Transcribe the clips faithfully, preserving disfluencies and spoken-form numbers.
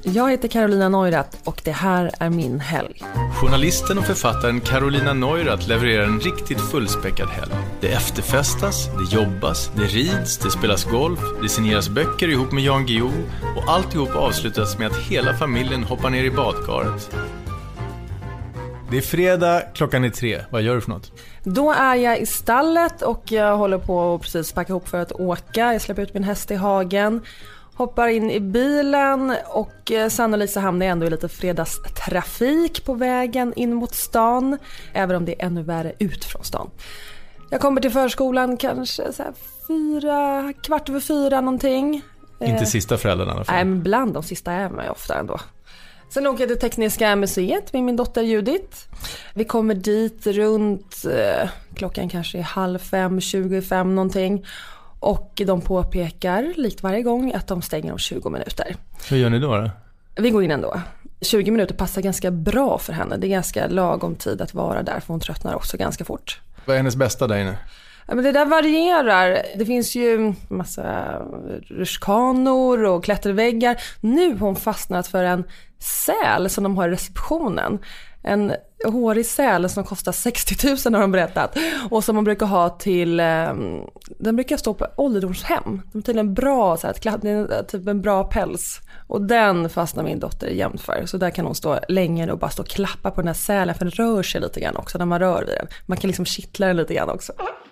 Jag heter Carolina Neurath och det här är min helg. Journalisten och författaren Carolina Neurath levererar en riktigt fullspäckad helg. Det efterfestas, det jobbas, det rids, det spelas golf, det signeras böcker ihop med Jan Guillou och alltihop avslutas med att hela familjen hoppar ner i badkaret. Det är fredag, klockan är tre. Vad gör du för något? Då är jag i stallet och jag håller på att precis packa ihop för att åka. Jag släpper ut min häst i hagen. Hoppar in i bilen och sannolikt så hamnar jag ändå i lite fredagstrafik på vägen in mot stan. Även om det är ännu värre ut från stan. Jag kommer till förskolan kanske så här fyra, kvart över fyra någonting. Inte sista föräldrarna i alla fall. Nej, men bland de sista är man ju ofta ändå. Sen åker jag till Tekniska museet med min dotter Judith. Vi kommer dit runt eh, klockan kanske är halv fem, tjugofem någonting. Och de påpekar likt varje gång att de stänger om tjugo minuter. Hur gör ni då då? Vi går in ändå. tjugo minuter passar ganska bra för henne. Det är ganska lagom tid att vara där för hon tröttnar också ganska fort. Vad är hennes bästa där inne? Ja, men det där varierar. Det finns ju massa rutschkanor och klätterväggar. Nu har hon fastnat för en säl som de har i receptionen. En hårig säl som kostar sextio tusen har de berättat. Och som man brukar ha till... Den brukar stå på ålderdomshem. De är tydligen bra, så här, typ en bra päls. Och den fastnar min dotter jämt för. Så där kan hon stå länge och bara stå och klappa på den här sälen. För den rör sig lite grann också när man rör vid den. Man kan liksom kittla den lite grann också.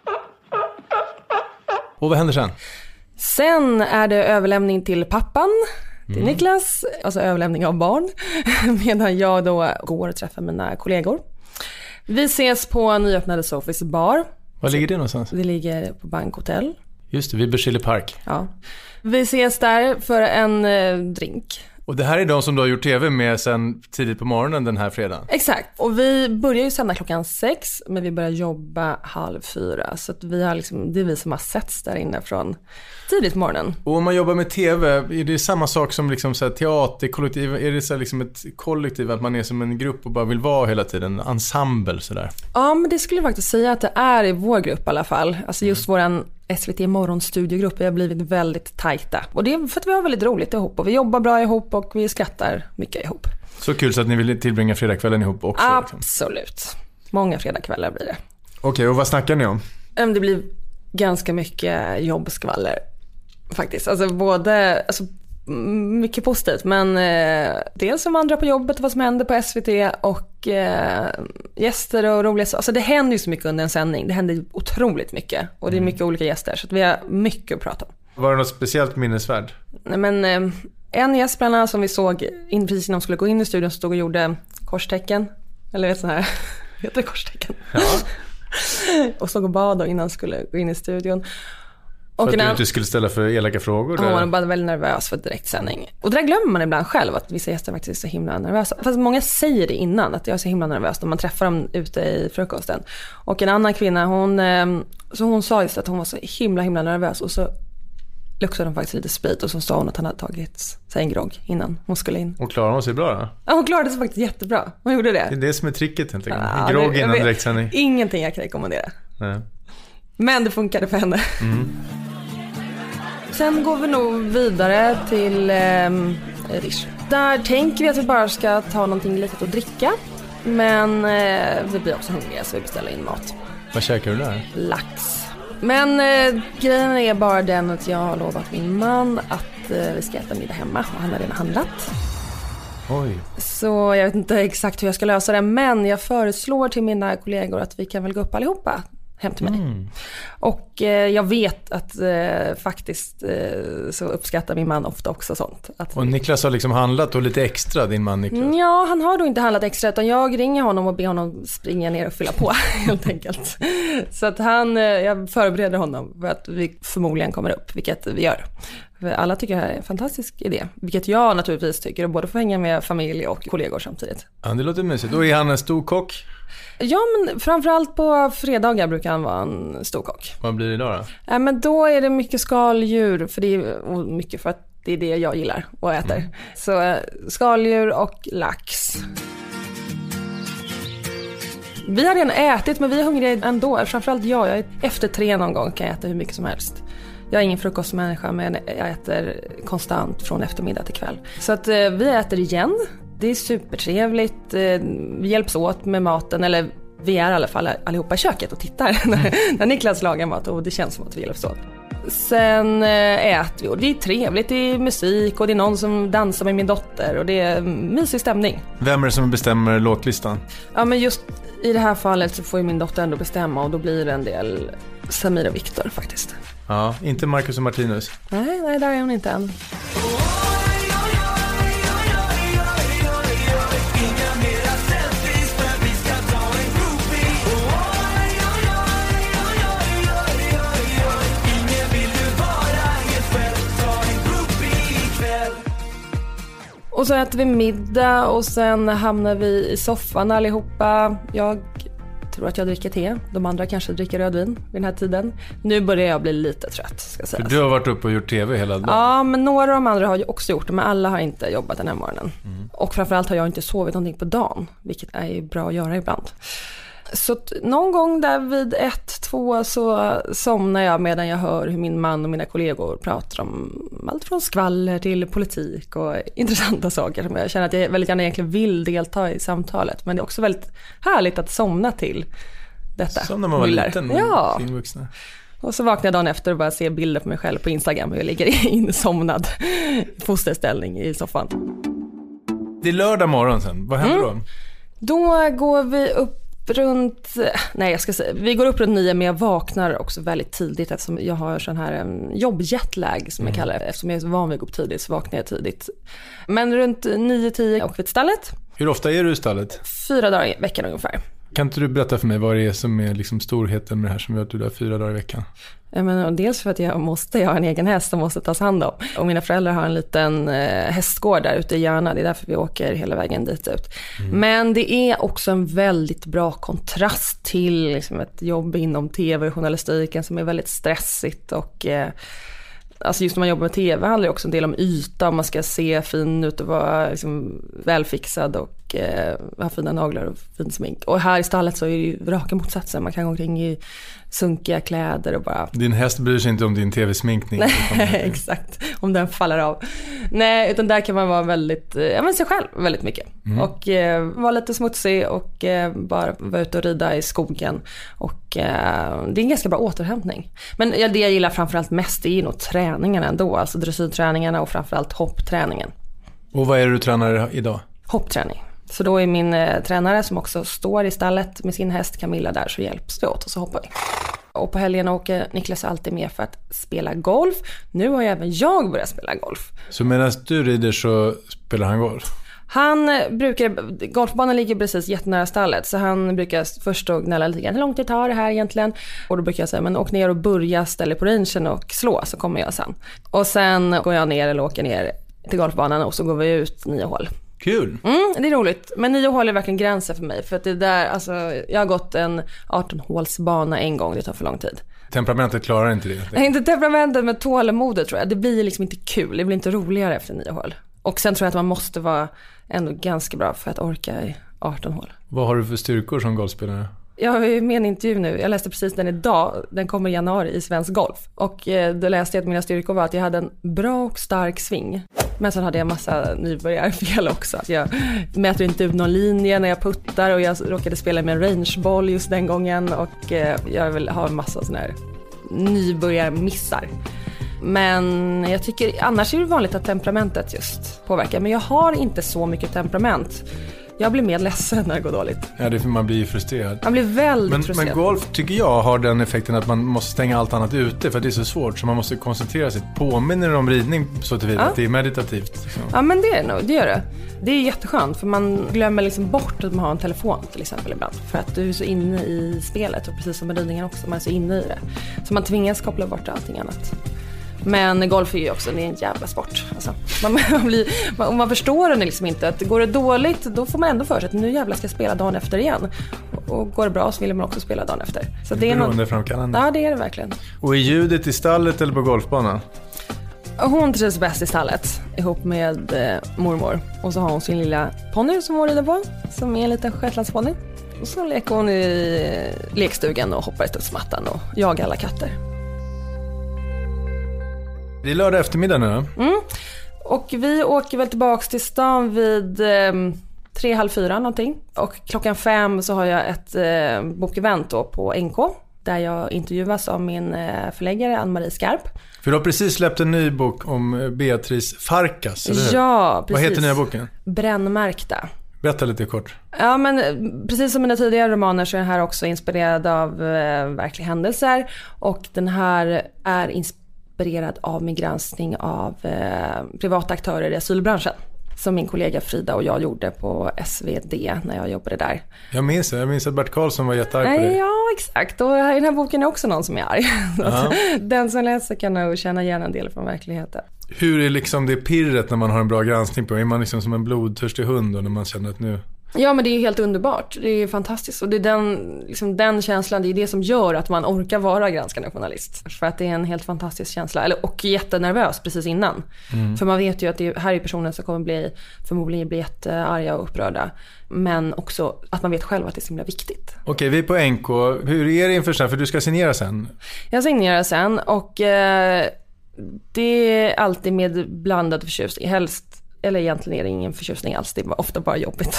Och vad händer sen? Sen är det överlämning till pappan, till mm. Niklas, alltså överlämning av barn, medan jag då går och träffar mina kollegor. Vi ses på nyöppnade Sofis bar. Var ligger det någonstans? Det ligger på Bankhotell. Just det, vid Berzelii park. Ja. Vi ses där för en eh, drink. Och det här är de som du har gjort tv med sen tidigt på morgonen den här fredagen? Exakt. Och vi börjar ju sända klockan sex, men vi börjar jobba halv fyra. Så att vi har liksom, det är vi som har setts där inne från tidigt på morgonen. Och om man jobbar med tv, är det samma sak som liksom så här teaterkollektiv? Är det så här liksom ett kollektiv, att man är som en grupp och bara vill vara hela tiden? En ensemble sådär? Ja, men det skulle jag faktiskt säga att det är i vår grupp i alla fall. Alltså just mm. våran S V T morgonstudiogrupp har blivit väldigt tajta. Och det är för att vi har väldigt roligt ihop. Och vi jobbar bra ihop och vi skrattar mycket ihop. Så kul så att ni vill tillbringa fredagskvällen ihop också? Absolut. Liksom. Många fredagskvällar blir det. Okej, okay, och vad snackar ni om? Det blir ganska mycket jobbskvaller faktiskt. Alltså både... Alltså, mycket positivt, men eh, dels om andra på jobbet, vad som händer på S V T och eh, gäster och roliga. Alltså det händer ju så mycket under en sändning. Det händer otroligt mycket och det är mycket mm. olika gäster, så att vi har mycket att prata om. Var det något speciellt minnesvärd? Nej, men eh, en gäst bland annat som vi såg in, precis innan de skulle gå in i studion, stod och gjorde korstecken, eller vet så här, heter det korstecken? Ja. Och stod och bad då innan skulle gå in i studion. För att du inte skulle ställa för elaka frågor? Ja, man var bara väldigt nervös för direktsändning. Och det där glömmer man ibland själv, att vissa gäster faktiskt är så himla nervösa. Fast många säger det innan, att jag är så himla nervös när man träffar dem ute i frukosten. Och en annan kvinna, hon, så hon sa just att hon var så himla himla nervös. Och så luktade hon faktiskt lite sprit och så sa hon att han hade tagit sig en grogg innan hon skulle in. Och klarade hon sig bra då? Ja, hon klarade sig faktiskt jättebra. Hon gjorde det. Det är det som är tricket helt enkelt. Ja, en grogg innan direktsändning. Ingenting jag kan rekommendera. Nej. Men det funkade för henne. Mm. Sen går vi nog vidare till eh, Rish. Där tänker vi att vi bara ska ta någonting litet att dricka. Men eh, vi blir också hungriga så vi beställer in mat. Vad käkar du där? Lax. Men eh, grejen är bara den att jag har lovat min man att eh, vi ska äta middag hemma. Och han har redan handlat. Oj. Så jag vet inte exakt hur jag ska lösa det. Men jag föreslår till mina kollegor att vi kan väl gå upp allihopa hem till mig. Mm. Och eh, jag vet att eh, faktiskt eh, så uppskattar min man ofta också sånt. Att och Niklas har liksom handlat och lite extra, din man Niklas? Ja, han har då inte handlat extra utan jag ringer honom och ber honom springa ner och fylla på helt enkelt. Så att han, eh, jag förbereder honom för att vi förmodligen kommer upp, vilket vi gör. För alla tycker det här är en fantastisk idé, vilket jag naturligtvis tycker, och både får hänga med familj och kollegor samtidigt. Ja, det låter mysigt. Då är han en stor kock? Ja, men framförallt på fredagar brukar han vara en stor kock. Vad blir det idag då? Ja, men då är det mycket skaldjur, för det är och mycket för att det är det jag gillar och äter. Mm. Så skaldjur och lax. Vi har redan ätit, men vi är hungriga ändå. Framförallt jag, jag är efter tre någon gång kan jag äta hur mycket som helst. Jag är ingen frukostmänniska, men jag äter konstant från eftermiddag till kväll. Så att eh, vi äter igen. Det är supertrevligt. Eh, vi hjälps åt med maten, eller vi är i alla fall allihopa i köket och tittar när, när Niklas lagar mat, och det känns som att vi hjälps åt. Sen eh, äter vi, och det är trevligt, det är musik och det är någon som dansar med min dotter och det är mysig stämning. Vem är det som bestämmer låtlistan? Ja, men just i det här fallet så får ju min dotter ändå bestämma, och då blir det en del Samir och Viktor faktiskt. Ja, inte Marcus och Martinus. Nej, nej, där är hon inte än. Och så äter vi middag och sen hamnar vi i soffan allihopa. Jag tror att jag dricker te. De andra kanske dricker rödvin vid den här tiden. Nu börjar jag bli lite trött, ska jag säga. För du har varit uppe och gjort tv hela dagen. Ja, men några av de andra har ju också gjort det, men alla har inte jobbat den här morgonen. Mm. Och framförallt har jag inte sovit någonting på dagen, vilket är ju bra att göra ibland. Så att någon gång där vid ett, två så somnar jag medan jag hör hur min man och mina kollegor pratar om allt från skvaller till politik och intressanta saker som jag känner att jag väldigt gärna egentligen vill delta i samtalet. Men det är också väldigt härligt att somna till detta. Som när man var Miller. liten, ja. Vuxna. Och så vaknar jag dagen efter och bara ser bilder på mig själv på Instagram och jag ligger insomnad i fosterställning i soffan. Det är lördag morgon sen, vad händer mm. då? Då går vi upp runt, nej jag ska säga, vi går upp runt nio, men jag vaknar också väldigt tidigt eftersom jag har sån här um, jobbjetlag som mm. jag kallar det. Eftersom jag är så van vid att gå upp tidigt så vaknar jag tidigt. Men runt nio tio åker vi till stallet. Hur ofta är du i stallet? Fyra dagar i veckan ungefär. Kan inte du berätta för mig vad det är som är liksom storheten med det här som gör att du är där fyra dagar i veckan? Men dels för att jag måste, jag har en egen häst som måste tas hand om. Och mina föräldrar har en liten eh, hästgård där ute i Järna. Det är därför vi åker hela vägen dit ut. Mm. Men det är också en väldigt bra kontrast till liksom, ett jobb inom tv-journalistiken som är väldigt stressigt. Och eh, alltså just när man jobbar med tv handlar det också en del om yta. Man ska se fin ut och vara liksom, välfixad och eh, ha fina naglar och fin smink. Och här i stallet så är det ju raka motsatsen. Man kan gå omkring i sunkiga kläder och bara... Din häst bryr sig inte om din tv-sminkning. Nej, exakt. Om den faller av. Nej, utan där kan man vara väldigt... Ja, men sig själv väldigt mycket. Mm. Och eh, vara lite smutsig och eh, bara vara ute och rida i skogen. Och eh, det är en ganska bra återhämtning. Men ja, det jag gillar framförallt mest är nog träningarna ändå. Alltså dressyrträningarna och framförallt hoppträningen. Och vad är det du tränar idag? Hoppträning. Så då är min eh, tränare som också står i stallet med sin häst Camilla där, så hjälps vi åt och så hoppar vi. Och på helgen åker Niklas alltid med för att spela golf. Nu har ju även jag börjat spela golf. Så medan du rider så spelar han golf? Han brukar, golfbanan ligger precis jättenära stallet, så han brukar först då gnälla lite grann. Hur långt det tar det här egentligen? Och då brukar jag säga, men åk ner och börja ställa på rangen och slå, så kommer jag sen. Och sen går jag ner eller åker ner till golfbanan och så går vi ut nio hål. Kul. Mm, det är roligt. Men nio hål är verkligen gränsen för mig. För att det där, alltså, jag har gått en arton-hålsbana en gång, det tar för lång tid. Temperamentet klarar inte det? Nej, inte temperamentet, men tålamodet tror jag. Det blir liksom inte kul, det blir inte roligare efter nio hål. Och sen tror jag att man måste vara ändå ganska bra för att orka i arton hål. Vad har du för styrkor som golfspelare? Jag har ju med en intervju nu, jag läste precis den idag, den kommer i januari i Svensk Golf. Och eh, då läste jag att mina styrkor var att jag hade en bra och stark sving. Men sen hade jag massa nybörjarfel också. Jag mäter inte ut någon linje när jag puttar och jag råkade spela med en rangeboll just den gången. Och eh, jag vill ha en massa såna här nybörjarmissar. Men jag tycker, annars är det vanligt att temperamentet just påverkar. Men jag har inte så mycket temperament. Jag blir mer ledsen när det går dåligt. Ja, det är för man blir frustrerad. Man blir väldigt men, frustrerad. Men golf tycker jag har den effekten att man måste stänga allt annat ute för att det är så svårt. Så man måste koncentrera sig. Påminner om ridning så tillvida ja. att det är meditativt. Liksom. Ja, men det är nog, det gör det. Det är jätteskönt för man glömmer liksom bort att man har en telefon till exempel ibland. För att du är så inne i spelet och precis som med ridningen också, man är så inne i det. Så man tvingas koppla bort allting annat. Men golf är ju också, det är en jävla sport. Alltså, man, man, blir, man, man förstår den liksom inte. Att går det dåligt, då får man ändå för sig att nu jävla ska jag spela dagen efter igen. Och, och går det bra så vill man också spela dagen efter. Så det är beroendeframkallande. Ja, det är det verkligen. Och är ljudet i stallet eller på golfbanan? Hon trivs bäst i stallet ihop med eh, mormor. Och så har hon sin lilla ponny som hon rider på, som är en liten shetlandsponny. Och så leker hon i lekstugan och hoppar i studsmattan och jagar alla katter. Det är lördag eftermiddag nu då. Mm. Och vi åker väl tillbaka till stan vid eh, tre, halv fyra någonting. Och klockan fem så har jag ett eh, bokevent då på N K. Där jag intervjuas av min eh, förläggare Ann-Marie Skarp. För du har precis släppt en ny bok om Beatrice Farkas, eller hur? Ja, precis. Vad heter nya boken? Brännmärkta. Berätta lite kort. Ja, men precis som mina tidigare romaner så är den här också inspirerad av eh, verkliga händelser. Och den här är inspirerad av min granskning av eh, privata aktörer i asylbranschen. Som min kollega Frida och jag gjorde på S V D när jag jobbade där. Jag minns det. Jag minns att Bert Karlsson var jättearg på dig. Ja, exakt. Och i den här boken är också någon som är arg. Den som läser kan nog känna igen en del från verkligheten. Hur är liksom det pirret när man har en bra granskning på? Är man liksom som en blodtörstig hund då, när man känner att nu... Ja, men det är helt underbart. Det är fantastiskt. Och det är den, liksom den känslan, det är det som gör att man orkar vara granskande journalist. För att det är en helt fantastisk känsla. Eller, och jättenervös precis innan. Mm. För man vet ju att det här är personer som kommer bli, förmodligen bli jättearga och upprörda. Men också att man vet själv att det är så himla viktigt. Okej, vi är på N K. Hur är det inför sen? För du ska signera sen. Jag signerar sen och eh, det är alltid med blandad förtjusning. Helst eller egentligen är det ingen förtjusning alls. Det är ofta bara jobbigt.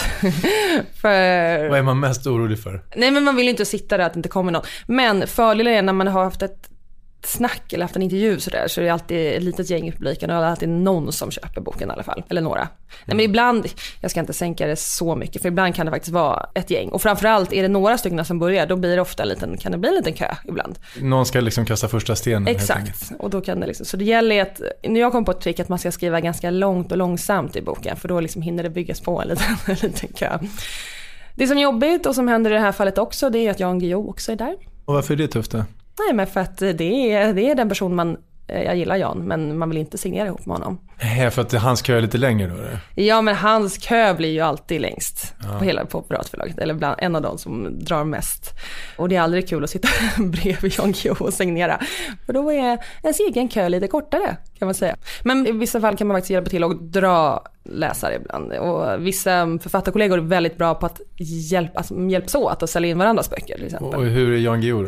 för... Vad är man mest orolig för? Nej, men man vill ju inte sitta där att det inte kommer någon. Men fördelen är när man har haft ett snack eller haft en intervju så där, så är det alltid ett litet gäng i publiken och det är alltid någon som köper boken i alla fall. Eller några. Mm. Nej, men ibland, jag ska inte sänka det så mycket, för ibland kan det faktiskt vara ett gäng. Och framförallt är det några stycken som börjar, då blir det ofta en liten, kan det bli en liten kö ibland. Någon ska liksom kasta första stenen. Exakt, och då kan det liksom, så det gäller att, när jag kom på ett trick att man ska skriva ganska långt och långsamt i boken, för då liksom hinner det byggas på en liten, en liten kö. Det som är jobbigt och som händer i det här fallet också, det är att Jan Guillou också är där. Och varför är det tufft då? Nej, men för att det är, det är den person man, jag gillar Jan, men man vill inte signera ihop med honom. Nej, för att hans kö är lite längre då? Eller? Ja, men hans kö blir ju alltid längst ja. på hela på Piratförlaget, eller bland en av dem som drar mest. Och det är aldrig kul att sitta bredvid Jan Guillou och signera. För då är ens egen kö lite kortare, kan man säga. Men i vissa fall kan man faktiskt hjälpa till och dra läsare ibland. Och vissa författarkollegor är väldigt bra på att hjälpa, alltså, hjälpas åt att sälja in varandras böcker, till exempel. Och hur är Jan Guillou då?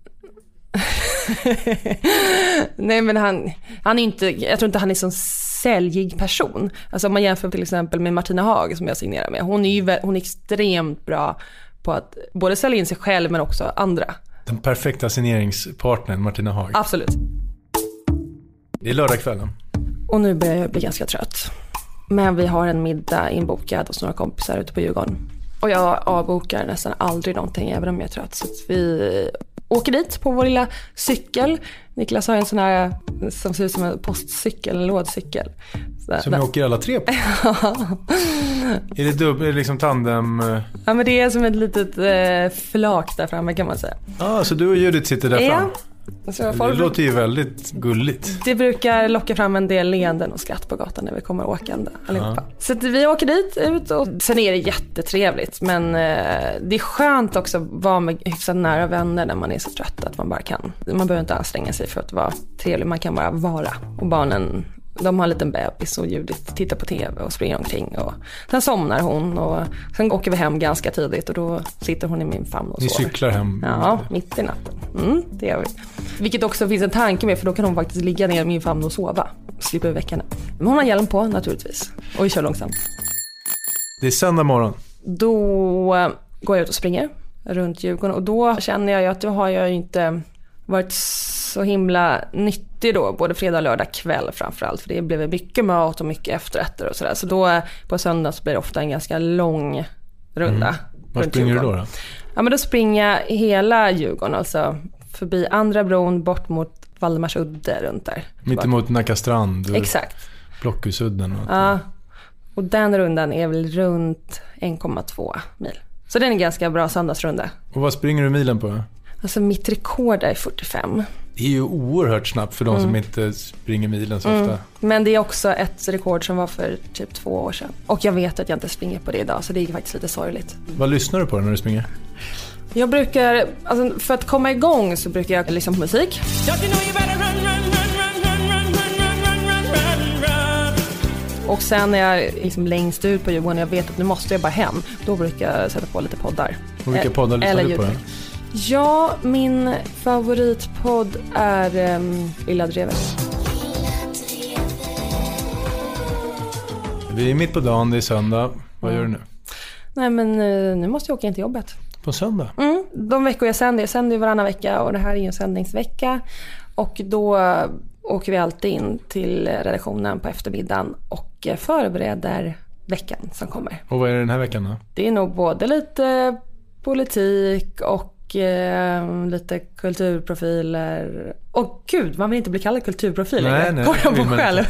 Nej, men han, han är inte, jag tror inte han är en säljig person. Alltså om man jämför till exempel med Martina Haag som jag signerar med. Hon är ju hon är extremt bra på att både sälja in sig själv men också andra. Den perfekta signeringspartnern Martina Haag. Absolut. Det är lördagskvällen. Och nu börjar jag bli ganska trött. Men vi har en middag inbokad hos några kompisar ute på Djurgården. Och jag avbokar nästan aldrig någonting även om jag är trött. Så att vi åker dit på vår lilla cykel. Niklas har en sån här som ser ut som en postcykel, en lådcykel. Så som ni åker alla tre på? Är det dubbel, är det liksom tandem? Ja, men det är som ett litet eh, flak där framme, kan man säga. Ja, ah, så du och Judith sitter där ja. fram? Så det folk... låter ju väldigt gulligt. Det brukar locka fram en del leenden och skratt på gatan när vi kommer åkande allihopa. Ja. Så vi åker dit ut och sen är det jättetrevligt. Men eh, det är skönt också att vara med hyfsat nära vänner när man är så trött att man bara kan. Man behöver inte anstränga sig för att vara trevlig, man kan bara vara. Och barnen, de har en liten bebis och Judith tittar på tv och springer omkring. Och sen somnar hon och sen åker vi hem ganska tidigt och då sitter hon i min famn och Ni sover. Ni cyklar hem? Ja, mitt i natten. Mm, det gör vi. Vilket också finns en tanke med, för då kan hon faktiskt ligga ner i min famn och sova. Slipper veckan. Men hon har hjälm på naturligtvis. Och vi kör långsamt. Det är söndag morgon. Då går jag ut och springer runt Djurgården. Och då känner jag ju att då har jag ju inte varit så himla nyttig då, både fredag och lördag kväll framförallt, för det blev mycket mat och mycket efterrätter och sådär. Så då på söndag så blir det ofta en ganska lång runda. Mm. Var springer du då, då? Ja, men då springer jag hela Djurgården, alltså förbi Andra bron, bort mot Valdemarsudde runt där. Mitt emot Nackastrand. Exakt. Blockhusudden. Och ja, och den rundan är väl runt en komma två mil. Så den är en ganska bra söndagsrunda. Och vad springer du milen på? Alltså mitt rekord är fyrtiofem. Det är ju oerhört snabbt för de mm. som inte springer milen så ofta. Mm. Men det är också ett rekord som var för typ två år sedan. Och jag vet att jag inte springer på det idag, så det är faktiskt lite sorgligt. Vad lyssnar du på när du springer? Jag brukar, alltså för att komma igång så brukar jag lyssna på musik. Och sen när jag är liksom längst ut på Djurgården och jag vet att nu måste jag bara hem, då brukar jag sätta på lite poddar. Och vilka poddar lyssnar du på? Ja, min favoritpodd är um, Lilla Drevet. Vi är mitt på dagen, det är söndag. Vad gör du nu? Nej, men nu måste jag åka in till jobbet. På söndag? Mm, de veckor jag sänder, jag sänder ju varannan vecka och det här är ju en sändningsvecka. Och då åker vi alltid in till redaktionen på eftermiddagen och förbereder veckan som kommer. Och vad är det den här veckan då? Det är nog både lite politik och eh, lite kulturprofiler. Och gud, man vill inte bli kallad kulturprofiler. Nej, nej. Kommer jag på själv.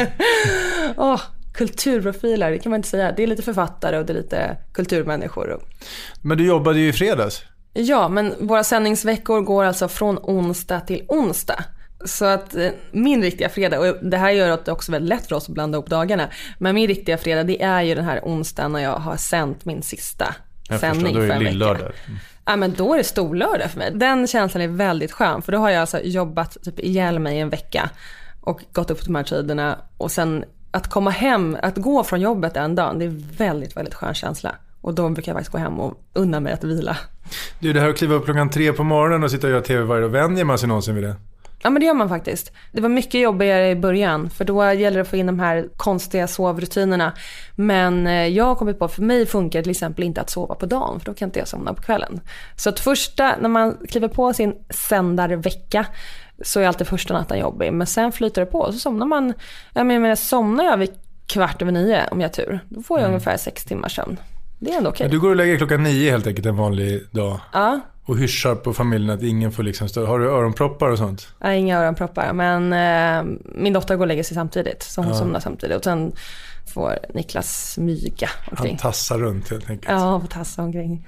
Åh, kulturprofiler, det kan man inte säga. Det är lite författare och det är lite kulturmänniskor. Men du jobbade ju i fredags. Ja, men våra sändningsveckor går alltså från onsdag till onsdag. Så att eh, min riktiga fredag, och det här gör att det också väldigt lätt för oss att blanda upp dagarna. Men min riktiga fredag, det är ju den här onsdagen när jag har sänt min sista jag sändning förstår, då är för en det vecka. lillördag. Mm. Ja, men då är det storlördag för mig. Den känslan är väldigt skön, för då har jag alltså jobbat typ ihjäl mig en vecka och gått upp till de här tiderna. Och sen att komma hem, att gå från jobbet en dag, det är väldigt, väldigt skön känsla. Och då brukar jag faktiskt gå hem och unna mig att vila. Du, det här att kliva upp klockan tre på morgonen och sitta och göra tv varje dag, vänjer man sig någonsin vid det? Ja, men det gör man faktiskt. Det var mycket jobbigare i början, för då gäller det att få in de här konstiga sovrutinerna. Men jag har kommit på, för mig funkar det till exempel inte att sova på dagen, för då kan inte jag somna på kvällen. Så att första, när man kliver på sin sändarvecka, så är alltid första natten jobbig. Men sen flyter det på och så somnar man. Jag menar, somnar jag vid kvart över nio om jag har tur, då får jag mm. ungefär sex timmars sömn. Det är ändå okej. Du går och lägger klockan nio helt enkelt en vanlig dag. Ja. Och hyschar på familjen att ingen får liksom stå. Har du öronproppar och sånt? Nej, inga öronproppar. Men eh, min dotter går och lägger sig samtidigt. Så hon ja. somnar samtidigt. Och sen får Niklas smyga omkring. Han tassar runt helt enkelt. Ja, han får tassa omkring.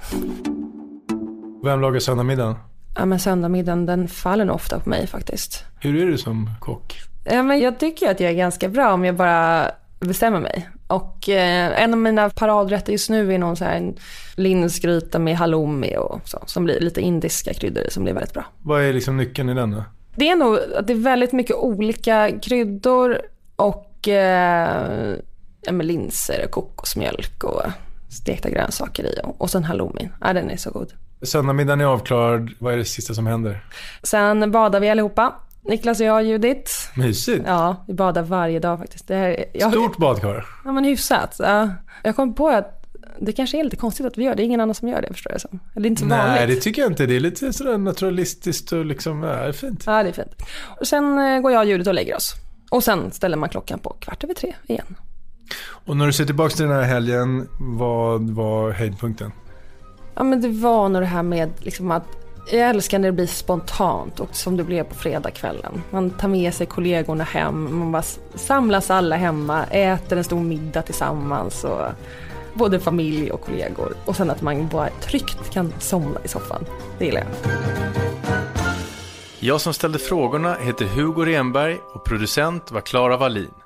Vem lagar söndagmiddagen? Ja, men söndagmiddagen, den faller nog ofta på mig faktiskt. Hur är du som kock? Ja, men jag tycker att jag är ganska bra om jag bara bestämmer mig. Och eh, en av mina paradrätter just nu är någon så här en linsgryta med halloumi och så, som blir lite indiska kryddor som blir väldigt bra. Vad är liksom nyckeln i den då? Det är nog att det är väldigt mycket olika kryddor och eh, ja, med linser, kokosmjölk och stekta grönsaker i och, och sen halloumi. Ja, den är så god. Söndagmiddagen är avklarad. Vad är det sista som händer? Sen badar vi allihopa. Niklas och jag och Judith. Mysigt. Ja, vi badar varje dag faktiskt. Det här, jag, Stort badkar. Ja, men hyfsat. Ja, jag kom på att det kanske är lite konstigt att vi gör det. Det är ingen annan som gör det, förstår jag som. Eller inte så Nej, vanligt. Nej, det tycker jag inte. Det är lite sådär naturalistiskt och liksom, ja, det är fint. Ja, det är fint. Och sen eh, går jag och Judith och lägger oss. Och sen ställer man klockan på kvart över tre igen. Och när du ser tillbaka till den här helgen, vad var höjdpunkten? Ja, men det var nog det här med liksom att jag älskar när det blir spontant och som det blev på fredagskvällen. Man tar med sig kollegorna hem, man bara samlas alla hemma, äter en stor middag tillsammans och både familj och kollegor. Och sen att man bara tryggt kan somna i soffan. Det gillar jag. Jag som ställde frågorna heter Hugo Renberg och producent var Clara Wallin.